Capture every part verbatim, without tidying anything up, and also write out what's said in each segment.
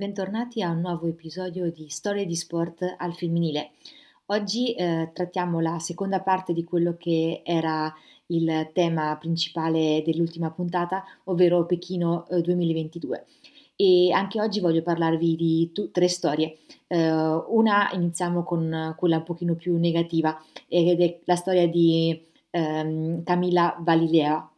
bentornati a un nuovo episodio di Storie di sport al femminile. Oggi eh, trattiamo la seconda parte di quello che era il tema principale dell'ultima puntata, ovvero Pechino eh, duemilaventidue. E anche oggi voglio parlarvi di tu- tre storie. Eh, una iniziamo con quella un pochino più negativa, ed è la storia di ehm, Camila Valileava,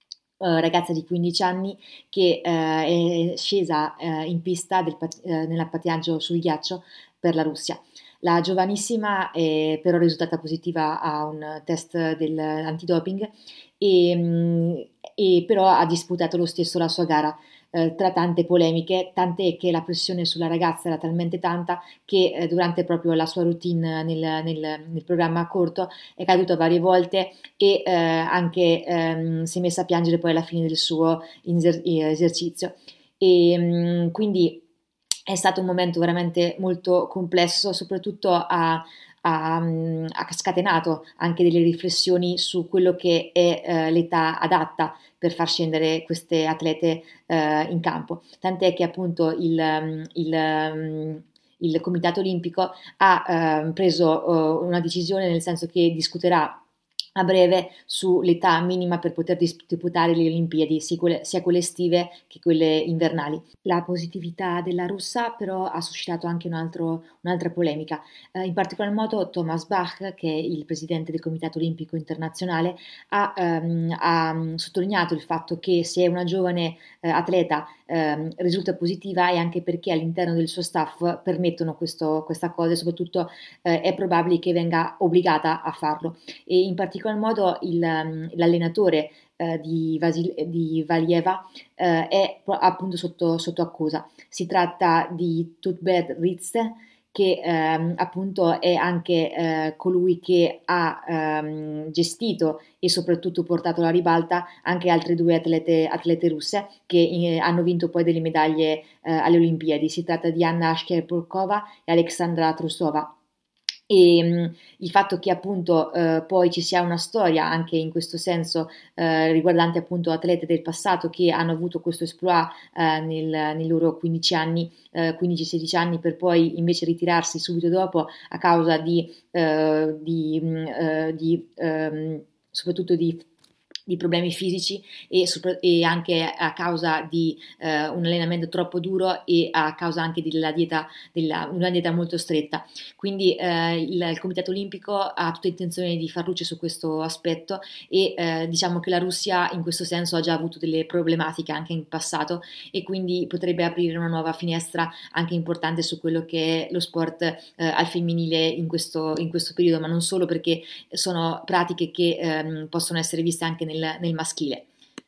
eh, ragazza di quindici anni che eh, è scesa eh, in pista del pat- eh, nell'attrettaggio sul ghiaccio per la Russia. La giovanissima è però risultata positiva a un test dell'antidoping e, mh, e però ha disputato lo stesso la sua gara. Eh, tra tante polemiche, tant'è che la pressione sulla ragazza era talmente tanta che eh, durante proprio la sua routine nel, nel, nel programma corto è caduta varie volte e eh, anche ehm, si è messa a piangere poi alla fine del suo inser- esercizio. E mh, quindi è stato un momento veramente molto complesso, soprattutto ha, ha, mh, ha scatenato anche delle riflessioni su quello che è eh, l'età adatta per far scendere queste atlete eh, in campo. Tant'è che appunto il, il, il Comitato Olimpico ha eh, preso eh, una decisione, nel senso che discuterà a breve sull'età minima per poter disputare le Olimpiadi, sia quelle estive che quelle invernali. La positività della russa però ha suscitato anche un altro, un'altra polemica. Eh, in particolar modo Thomas Bach, che è il presidente del Comitato Olimpico Internazionale, ha, ehm, ha sottolineato il fatto che se una giovane eh, atleta ehm, risulta positiva è anche perché all'interno del suo staff permettono questo, questa cosa e soprattutto eh, è probabile che venga obbligata a farlo. E in particolar modo il, l'allenatore eh, di, Vasil- di Valieva eh, è appunto sotto, sotto accusa. Si tratta di Tutbert Ritz, che ehm, appunto è anche eh, colui che ha ehm, gestito e soprattutto portato alla ribalta anche altre due atlete, atlete russe che eh, hanno vinto poi delle medaglie eh, alle Olimpiadi. Si tratta di Anna Shcherpurkova e Alexandra Trusova. E mh, il fatto che appunto eh, poi ci sia una storia anche in questo senso eh, riguardante appunto atlete del passato che hanno avuto questo exploit eh, nel, nei loro quindici anni, eh, quindici sedici anni, per poi invece ritirarsi subito dopo a causa di, eh, di, mh, eh, di ehm, soprattutto di di problemi fisici e, sopra- e anche a causa di eh, un allenamento troppo duro e a causa anche della dieta, della, una dieta molto stretta. Quindi eh, il, il Comitato Olimpico ha tutta intenzione di far luce su questo aspetto e eh, diciamo che la Russia in questo senso ha già avuto delle problematiche anche in passato e quindi potrebbe aprire una nuova finestra anche importante su quello che è lo sport eh, al femminile in questo, in questo periodo, ma non solo, perché sono pratiche che ehm, possono essere viste anche nel, nel maschile.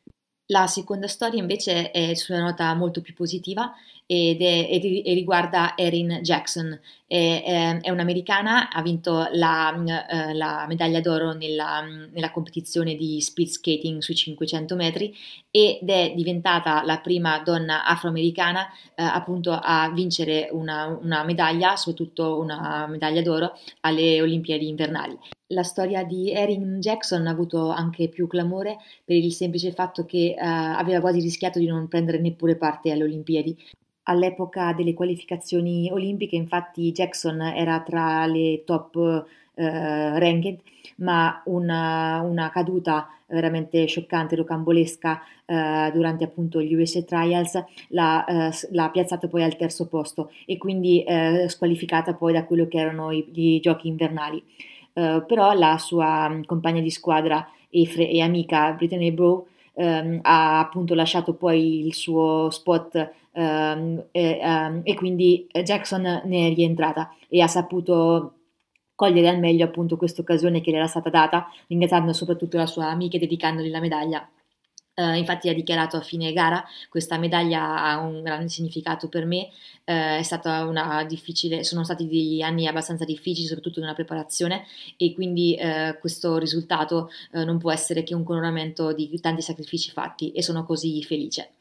La seconda storia invece è su una nota molto più positiva ed è, ed e riguarda Erin Jackson. È, è- è un'americana, ha vinto la, eh, la medaglia d'oro nella, nella competizione di speed skating sui cinquecento metri ed è diventata la prima donna afroamericana eh, appunto a vincere una, una medaglia, soprattutto una medaglia d'oro alle Olimpiadi invernali. La storia di Erin Jackson ha avuto anche più clamore per il semplice fatto che eh, aveva quasi rischiato di non prendere neppure parte alle Olimpiadi. All'epoca delle qualificazioni olimpiche, infatti, Jackson era tra le top eh, ranked, ma una, una caduta veramente scioccante, rocambolesca eh, durante appunto gli U S A Trials l'ha, eh, l'ha piazzata poi al terzo posto e quindi eh, squalificata poi da quello che erano i, i giochi invernali. Eh, però la sua mh, compagna di squadra e, fre- e amica Brittany Bowe ehm, ha appunto lasciato poi il suo spot ehm, e, ehm, e quindi Jackson ne è rientrata e ha saputo cogliere al meglio appunto questa occasione che le era stata data, ringraziando soprattutto la sua amica e dedicandogli la medaglia. Eh, infatti ha dichiarato a fine gara: questa medaglia ha un grande significato per me, eh, è stata una difficile, sono stati degli anni abbastanza difficili, soprattutto nella preparazione, e quindi eh, questo risultato eh, non può essere che un coronamento di tanti sacrifici fatti e sono così felice.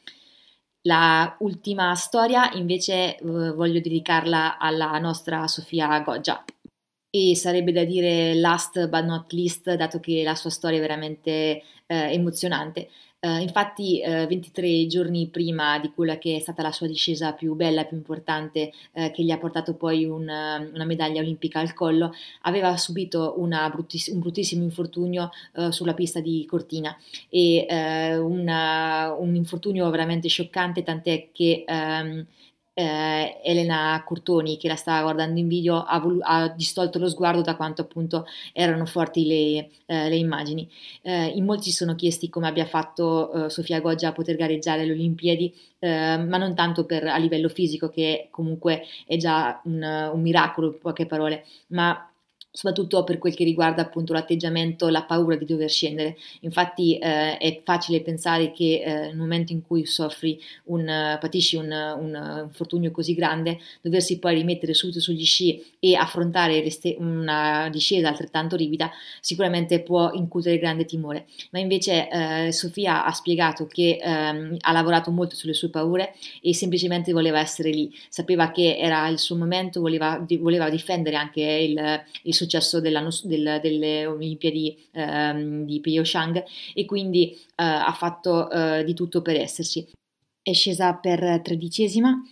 La ultima storia invece eh, voglio dedicarla alla nostra Sofia Goggia. E sarebbe da dire last but not least, dato che la sua storia è veramente eh, emozionante. Eh, infatti, eh, ventitré giorni prima di quella che è stata la sua discesa più bella, più importante, eh, che gli ha portato poi un, eh, una medaglia olimpica al collo, aveva subito una bruttiss- un bruttissimo infortunio, eh, sulla pista di Cortina e eh, una- un infortunio veramente scioccante, tant'è che ehm, eh, Elena Curtoni, che la stava guardando in video, ha, volu- ha distolto lo sguardo da quanto appunto erano forti le, eh, le immagini. Eh, in molti si sono chiesti come abbia fatto eh, Sofia Goggia a poter gareggiare alle Olimpiadi, eh, ma non tanto per, a livello fisico, che comunque è già un, un miracolo, in poche parole, ma soprattutto per quel che riguarda appunto l'atteggiamento, la paura di dover scendere. Infatti eh, è facile pensare che eh, nel momento in cui soffri un, uh, patisci un, un infortunio così grande, doversi poi rimettere subito sugli sci e affrontare ste- una discesa altrettanto ripida sicuramente può incutere grande timore. Ma invece eh, Sofia ha spiegato che ehm, ha lavorato molto sulle sue paure e semplicemente voleva essere lì, sapeva che era il suo momento, voleva, di, voleva difendere anche il, il successo dell'anno, del, delle Olimpiadi ehm, di Pyeongchang e quindi eh, ha fatto eh, di tutto per esserci. È scesa per tredicesima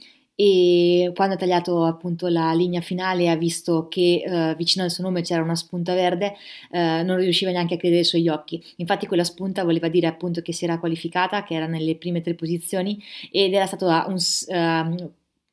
e quando ha tagliato appunto la linea finale ha visto che eh, vicino al suo nome c'era una spunta verde, eh, non riusciva neanche a credere ai suoi occhi. Infatti quella spunta voleva dire appunto che si era qualificata, che era nelle prime tre posizioni ed era stato a un, um,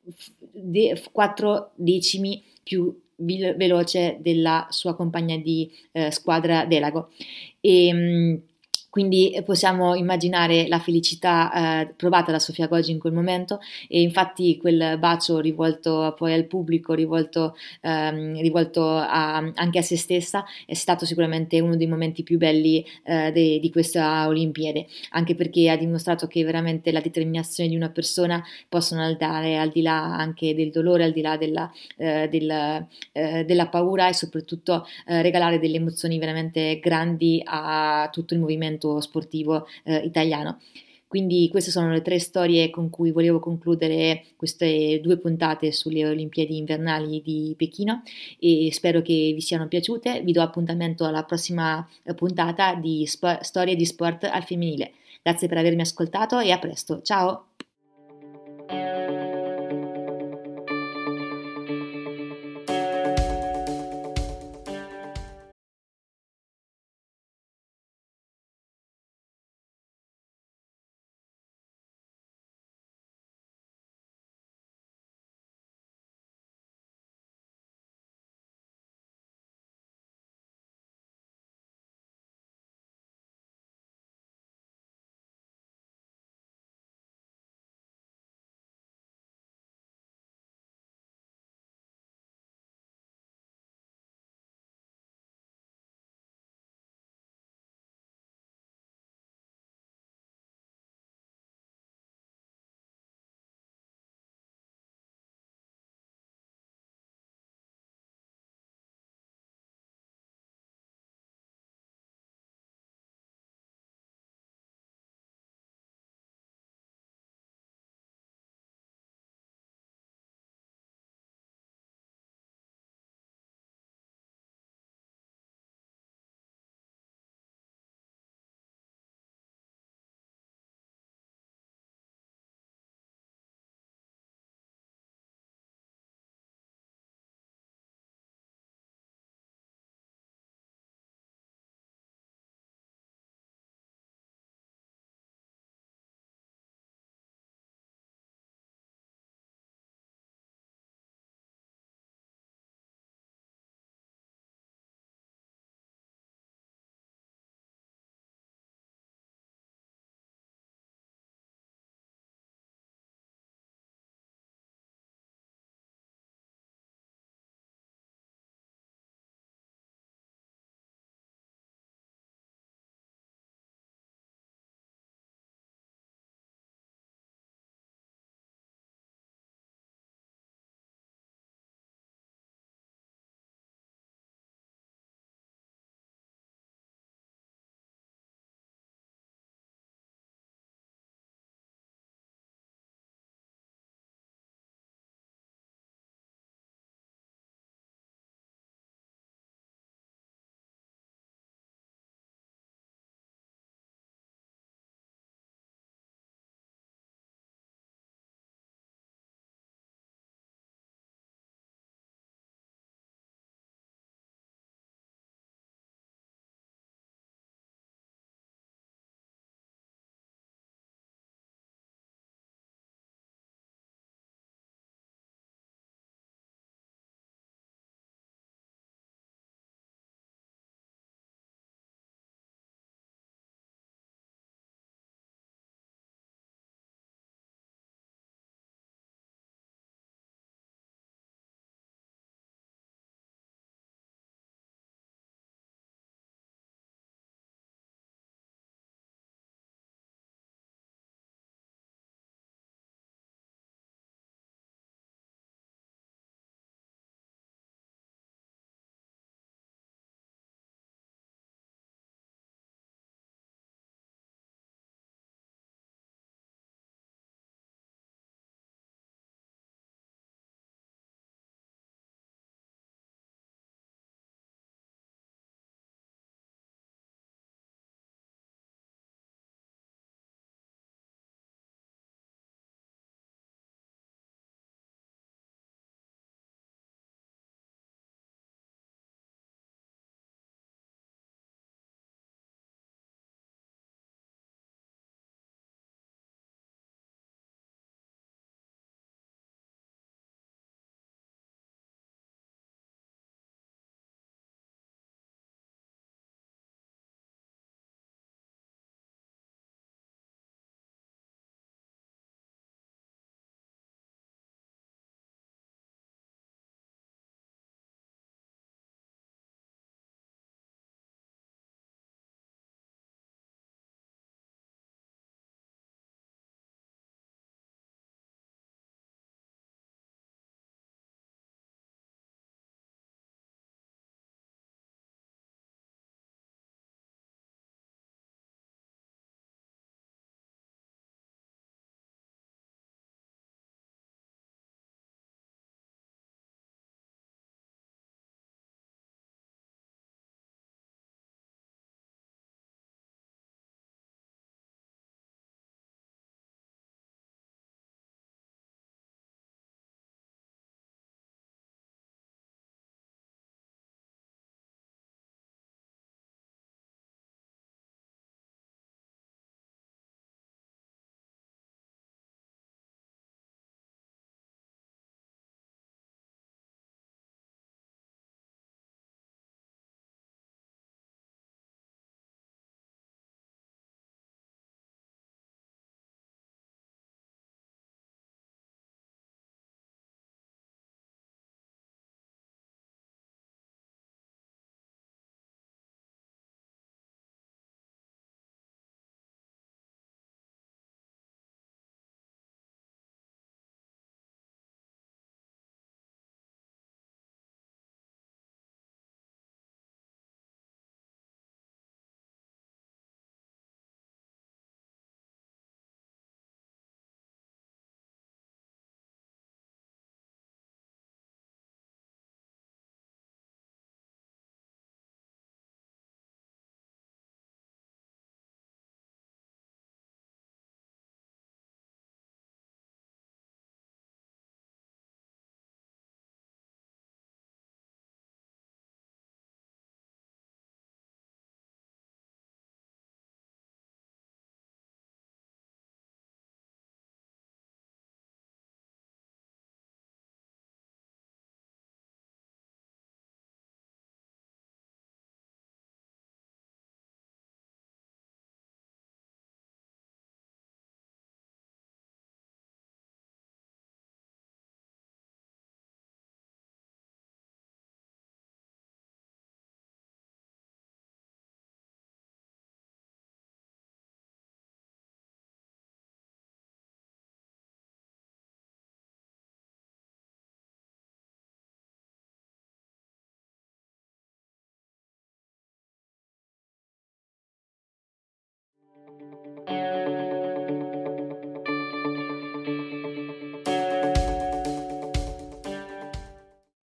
de- quattro decimi più vil- veloce della sua compagna di eh, squadra Delago. E, mh, quindi possiamo immaginare la felicità eh, provata da Sofia Goggi in quel momento e infatti quel bacio rivolto poi al pubblico, rivolto, ehm, rivolto a- anche a se stessa, è stato sicuramente uno dei momenti più belli eh, de- di questa Olimpiade, anche perché ha dimostrato che veramente la determinazione di una persona possono andare al di là anche del dolore, al di là della, eh, del, eh, della paura e soprattutto eh, regalare delle emozioni veramente grandi a tutto il movimento sportivo eh, italiano. Quindi queste sono le tre storie con cui volevo concludere queste due puntate sulle Olimpiadi invernali di Pechino e spero che vi siano piaciute. Vi do appuntamento alla prossima puntata di Sp- Storie di Sport al femminile. Grazie per avermi ascoltato e a presto. Ciao!